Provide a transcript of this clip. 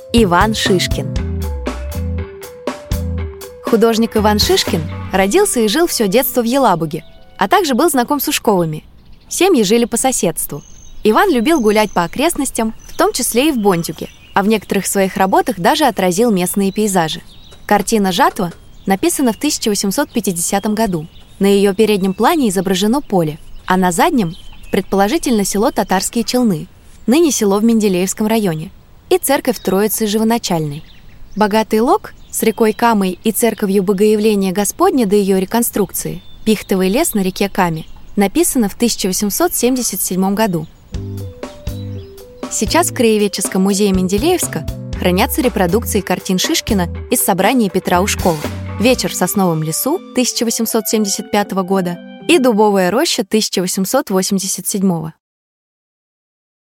Иван Шишкин. Художник Иван Шишкин родился и жил все детство в Елабуге, а также был знаком с Ушковыми. Семьи жили по соседству. Иван любил гулять по окрестностям, в том числе и в Бондюге, а в некоторых своих работах даже отразил местные пейзажи. Картина «Жатва» написана в 1850 году. На ее переднем плане изображено поле, а на заднем — предположительно село Татарские Челны, ныне село в Менделеевском районе, и церковь Троицы Живоначальной. Богатый лог с рекой Камой и церковью Богоявления Господня до ее реконструкции, Пихтовый лес на реке Каме, написано в 1877 году. Сейчас в Краеведческом музее Менделеевска хранятся репродукции картин Шишкина из собрания Петра Ушкова «Вечер в сосновом лесу» 1875 года и «Дубовая роща» 1887.